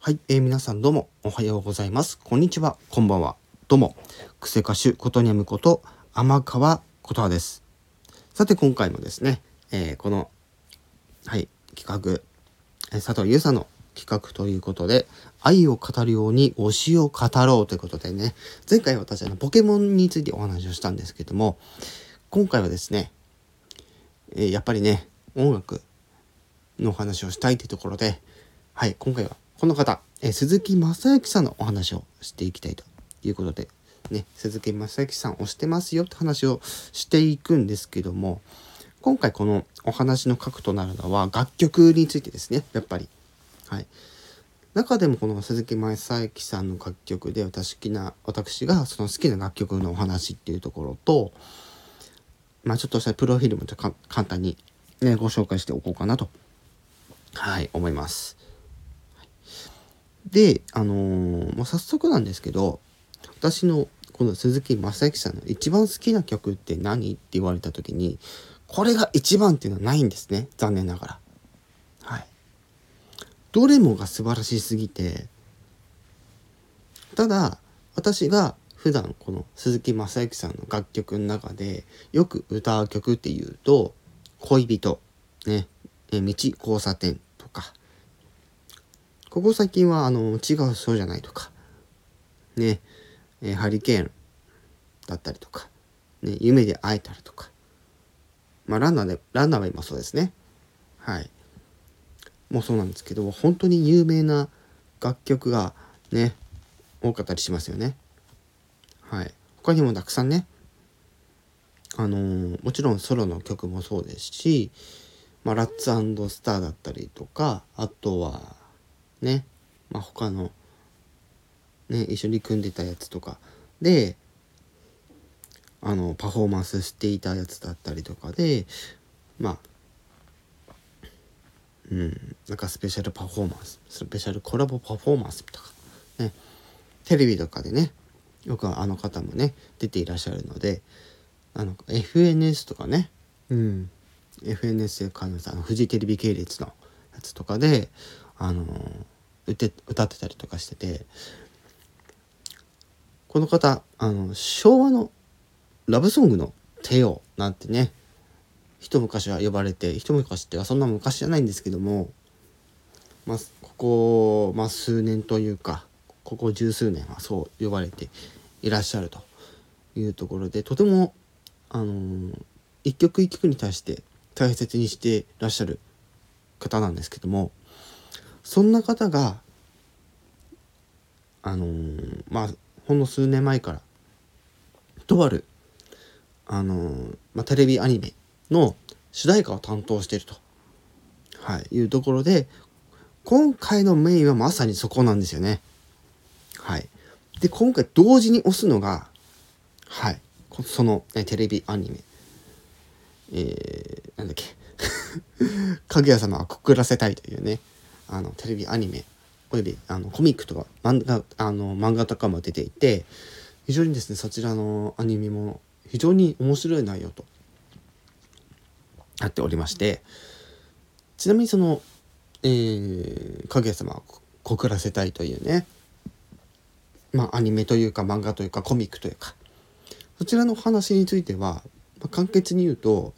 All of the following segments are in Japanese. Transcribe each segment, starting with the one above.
はい、皆さんどうもおはようございます。こんにちは、こんばんは。どうも、クセ歌手ことにゃむこと天川ことはです。さて今回もですね、この、企画、佐藤優さんの企画ということで、愛を語るように推しを語ろうということでね、前回私ポケモンについてお話をしたんですけども、今回はですね、やっぱりね、音楽のお話をしたいというところで、今回はこの方、鈴木雅之さんのお話をしていきたいということで、ね、鈴木雅之さん推してますよって話をしていくんですけども、今回このお話の核となるのは楽曲についてですね、やっぱり。中でもこの鈴木雅之さんの楽曲で私がその好きな楽曲のお話っていうところと、ちょっとしたプロフィールも簡単に、ね、ご紹介しておこうかなと、思います。で、もう早速なんですけど、私のこの鈴木雅之さんの一番好きな曲って何って言われた時に、これが一番っていうのはないんですね。残念ながら。どれもが素晴らしすぎて、ただ、私が普段この鈴木雅之さんの楽曲の中でよく歌う曲っていうと、恋人、ね、道交差点とか、ここ最近は違うそうじゃないとか、ね、ハリケーンだったりとか、ね、夢で会えたらとか、ランナーは今そうですね。もうそうなんですけど、本当に有名な楽曲がね、多かったりしますよね。他にもたくさんね、もちろんソロの曲もそうですし、ラッツ&スターだったりとか、あとはね、他のね、一緒に組んでたやつとかで、パフォーマンスしていたやつだったりとかで、なんかスペシャルコラボパフォーマンスとかね、テレビとかでね、よく方もね出ていらっしゃるので、FNS とかね、FNS 関連さん、フジテレビ系列のやつとかで歌ってたりとかしてて、この方昭和のラブソングの帝王なんてね、一昔は呼ばれて、一昔ってそんな昔じゃないんですけども、ここ、数年というか、ここ十数年はそう呼ばれていらっしゃるというところで、とても一曲一曲に対して大切にしてらっしゃる方なんですけども、そんな方がほんの数年前からとあるテレビアニメの主題歌を担当していると、いうところで、今回のメインはまさにそこなんですよね。で、今回同時に推すのが、その、テレビアニメ、なんだっけかぐや様は告らせたいというね、テレビアニメおよびコミックとか漫画とかも出ていて、非常にですね、そちらのアニメも非常に面白い内容となっておりまして、ちなみにその、かぐや様は告らせたいというね、アニメというか漫画というかコミックというか、そちらの話については、簡潔に言うと、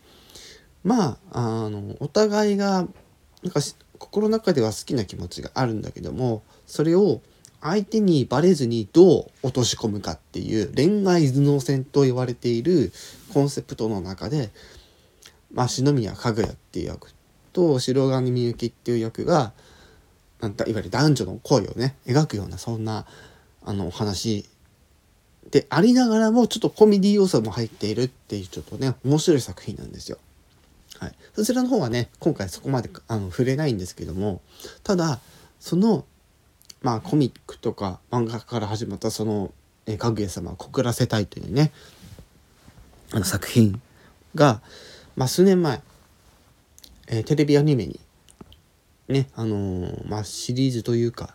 お互いがなんか心の中では好きな気持ちがあるんだけども、それを相手にバレずにどう落とし込むかっていう恋愛頭脳戦と言われているコンセプトの中で、篠宮かぐやっていう役と白金みゆきっていう役がいわゆる男女の恋をね描くような、そんなお話でありながらも、ちょっとコメディ要素も入っているっていう、ちょっとね面白い作品なんですよ。そちらの方はね今回そこまで触れないんですけども、ただそのコミックとか漫画から始まったそのかぐや様を告らせたいというね作品が、数年前、テレビアニメにねシリーズというか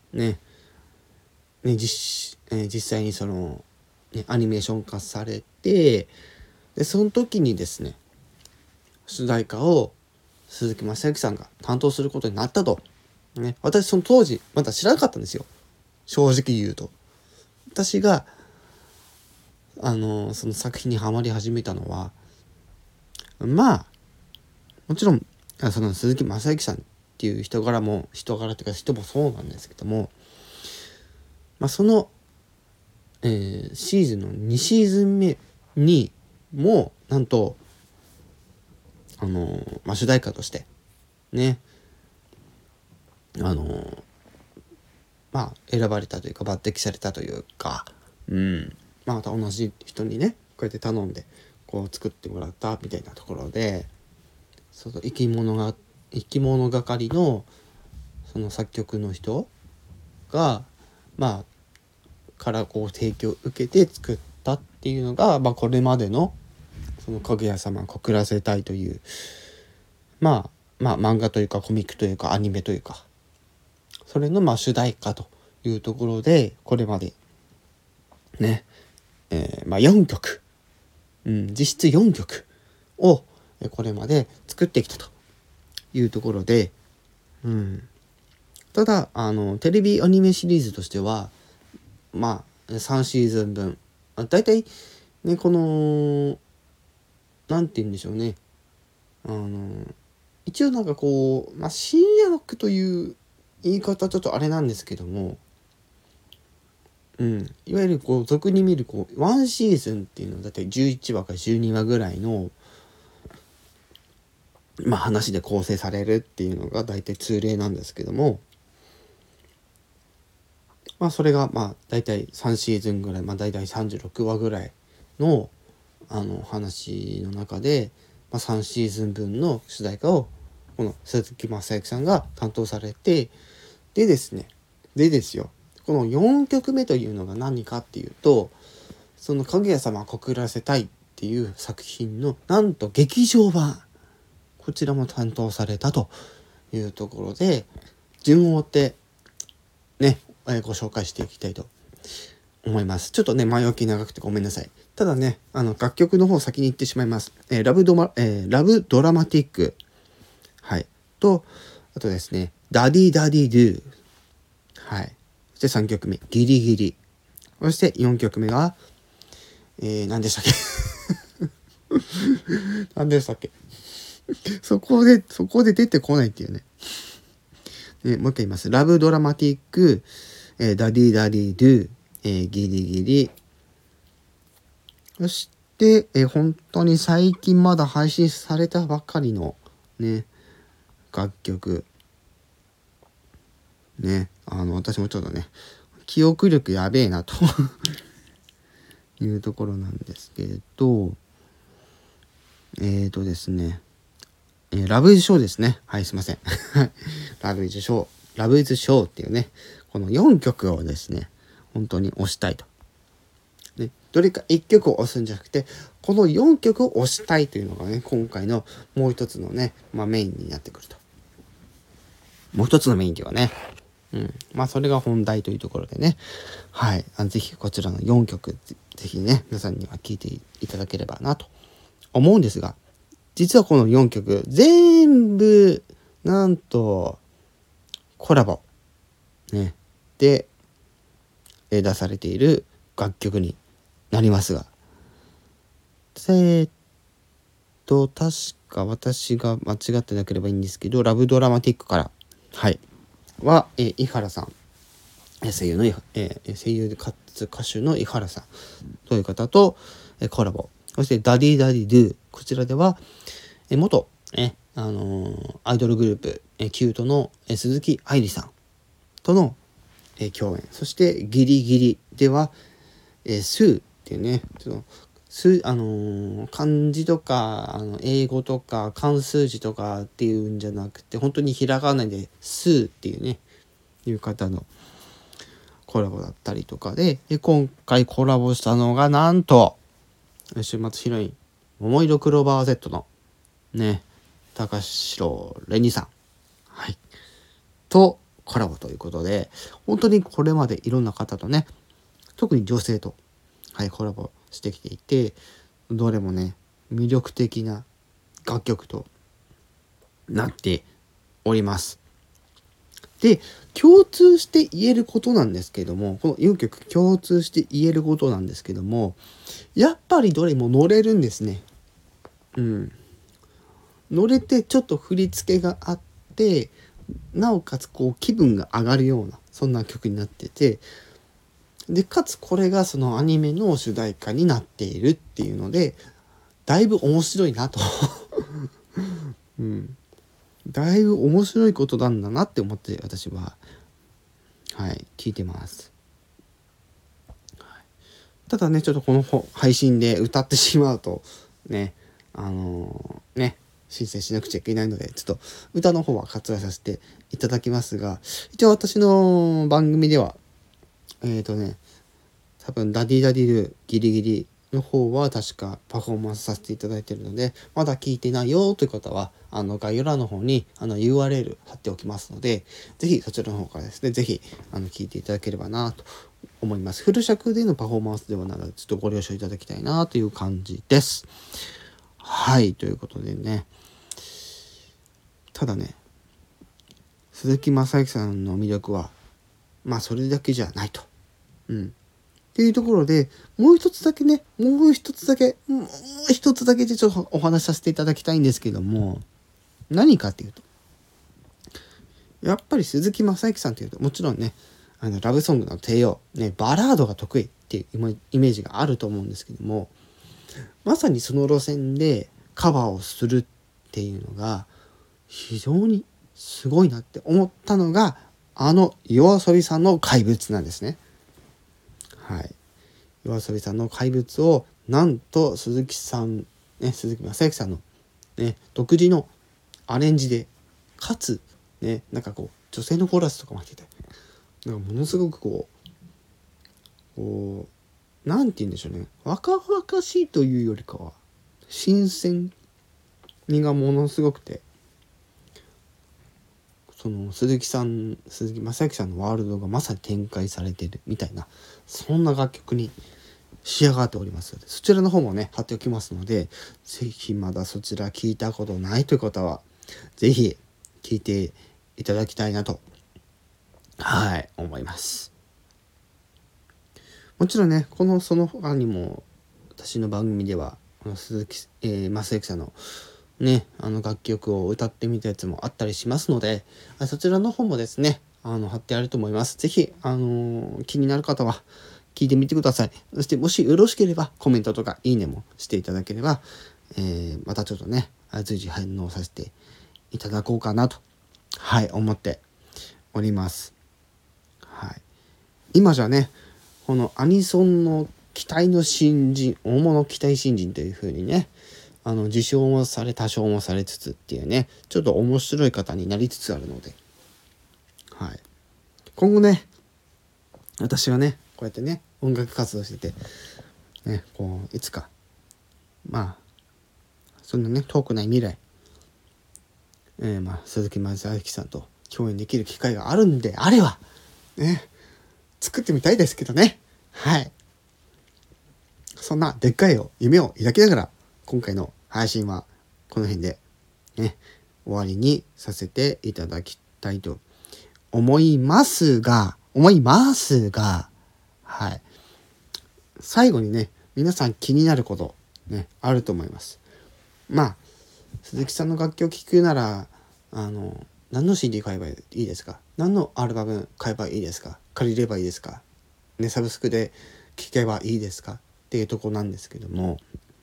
実際にその、アニメーション化されて、でその時にですね主題歌を鈴木雅之さんが担当することになったとね、私その当時まだ知らなかったんですよ。正直言うと。私がその作品にはまり始めたのは、まあもちろんその鈴木雅之さんっていう人柄っていうか人もそうなんですけども、その、シーズンの2シーズン目にもなんと主題歌としてね選ばれたというか抜擢されたというか、また同じ人にねこうやって頼んでこう作ってもらったみたいなところで、その生き物係のその作曲の人がからこう提供を受けて作ったっていうのが、これまでのそのかぐや様告らせたいという漫画というかコミックというかアニメというか、それの主題歌というところでこれまでね、4曲、実質4曲をこれまで作ってきたというところで、ただテレビアニメシリーズとしては3シーズン分だいたいね、このなんて言うんでしょうね、一応なんかこう、深夜枠という言い方ちょっとあれなんですけども、いわゆるこう俗に見るこうワンシーズンっていうのはだいたい11話か12話ぐらいの話で構成されるっていうのがだいたい通例なんですけども、それがだいたい3シーズンぐらい、だいたい36話ぐらいの話の中で、3シーズン分の主題歌をこの鈴木雅之さんが担当されて、ですよ、この4曲目というのが何かっていうと、そのかぐや様告らせたいっていう作品のなんと劇場版、こちらも担当されたというところで、順を追ってね、ご紹介していきたいと思います。ちょっとね前置き長くてごめんなさい。ただね楽曲の方先に言ってしまいます。ラブドラマティック、とあとですねダディダディドゥ、そして3曲目ギリギリ、そして4曲目が何でしたっけ何でしたっけそこで出てこないっていうね。もう一回言います。ラブドラマティック、ダディダディドゥ、ギリギリ、そして、本当に最近まだ配信されたばかりのね楽曲ね、私もちょっとね記憶力やべえなというところなんですけれど、ですね、ラブイズショーですね。すいませんラブイズショーっていうねこの4曲をですね本当に推したいと、どれか1曲を押すんじゃなくてこの4曲を押したいというのがね今回のもう一つのね、メインになってくると。もう一つのメインではね、それが本題というところでね、ぜひこちらの4曲ぜひね皆さんには聴いていただければなと思うんですが、実はこの4曲全部なんとコラボねで出されている楽曲になりますが、確か私が間違ってなければいいんですけど、ラブドラマティックからは井原さん、声優でかつ歌手の井原さんという方とコラボ。そしてダディダディドゥ、こちらでは元アイドルグループキュートの鈴木愛理さんとの共演。そしてギリギリではスーっていうね漢字とか英語とか漢数字とかっていうんじゃなくて本当にひらがなでスーっていうねいう方のコラボだったりとかで、今回コラボしたのがなんと週末ヒロイン桃色クローバー Z のね高城れにさんとコラボということで、本当にこれまでいろんな方とね特に女性とコラボしてきていて、どれもね魅力的な楽曲となっております。 で、共通して言えることなんですけども、この4曲共通して言えることなんですけども、やっぱりどれも乗れるんですね。乗れてちょっと振り付けがあって、なおかつこう気分が上がるようなそんな曲になってて、でかつこれがそのアニメの主題歌になっているっていうので、だいぶ面白いなと、だいぶ面白いことなんだなって思って私は聞いてます。ただね、ちょっとこの配信で歌ってしまうとね、申請しなくちゃいけないので、ちょっと歌の方は割愛させていただきますが、一応私の番組では多分ダディダディルギリギリの方は確かパフォーマンスさせていただいているので、まだ聞いてないよという方は概要欄の方にURL 貼っておきますので、ぜひそちらの方からですね、ぜひ聞いていただければなと思います。フル尺でのパフォーマンスではなので、ちょっとご了承いただきたいなという感じです。はい、ということでね、ただね、鈴木雅之さんの魅力はそれだけじゃないと。っていうところで、もう一つだけでちょっとお話しさせていただきたいんですけども、何かっていうと、やっぱり鈴木雅之さんというと、もちろんね、ラブソングの帝王、バラードが得意っていうイメージがあると思うんですけども、まさにその路線でカバーをするっていうのが非常にすごいなって思ったのが、YOASOBIさんの怪物なんですね。YOASOBIさんの怪物をなんと鈴木雅之さんの、独自のアレンジで、かつなんかこう女性のコーラスとかも入ってて、なんかものすごくこうなんて言うんでしょうね、若々しいというよりかは新鮮味がものすごくて、その鈴木雅之さんのワールドがまさに展開されているみたいな、そんな楽曲に仕上がっておりますので、そちらの方もね貼っておきますので、ぜひまだそちら聞いたことないという方はぜひ聞いていただきたいなと思います。もちろんね、その他にも私の番組では鈴木雅之さんの楽曲を歌ってみたやつもあったりしますので、そちらの方もですね貼ってあると思います。ぜひ気になる方は聞いてみてください。そしてもしよろしければコメントとかいいねもしていただければ、またちょっとね随時反応させていただこうかなと思っております。今じゃね、このアニソンの期待の新人、大物期待新人という風にね、受賞もされ多賞もされつつっていうね、ちょっと面白い方になりつつあるので、今後ね、私はねこうやってね音楽活動しててね、こういつかそんなね遠くない未来、鈴木雅之さんと共演できる機会があるんであればね、作ってみたいですけどね。そんなでっかい夢を抱きながら、今回の配信はこの辺でね終わりにさせていただきたいと思いますが、最後にね、皆さん気になることねあると思います。鈴木さんの楽器を聴くなら何の CD 買えばいいですか、何のアルバム買えばいいですか、借りればいいですか、サブスクで聴けばいいですかっていうとこなんですけども、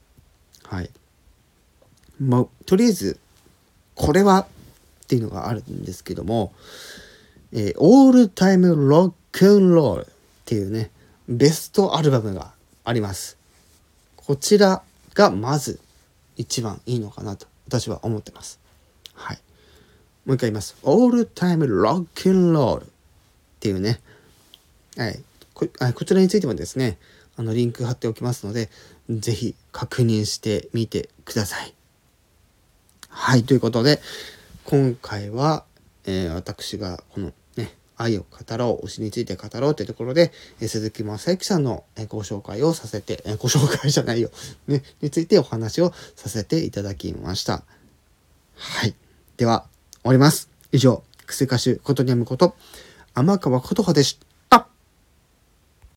とりあえずこれはっていうのがあるんですけども、オールタイムロックンロールっていうねベストアルバムがあります。こちらがまず一番いいのかなと私は思ってます。もう一回言います。オールタイムロックンロールっていうね、こちらについてもですねリンク貼っておきますので、ぜひ確認してみてください。ということで今回は、私がこのね愛を語ろう、推しについて語ろうというところで、鈴木雅之さんの、ご紹介をさせて、ご紹介じゃないよ、についてお話をさせていただきました。では終わります。以上、 クセ歌手ことにゃむこと天川琴葉でし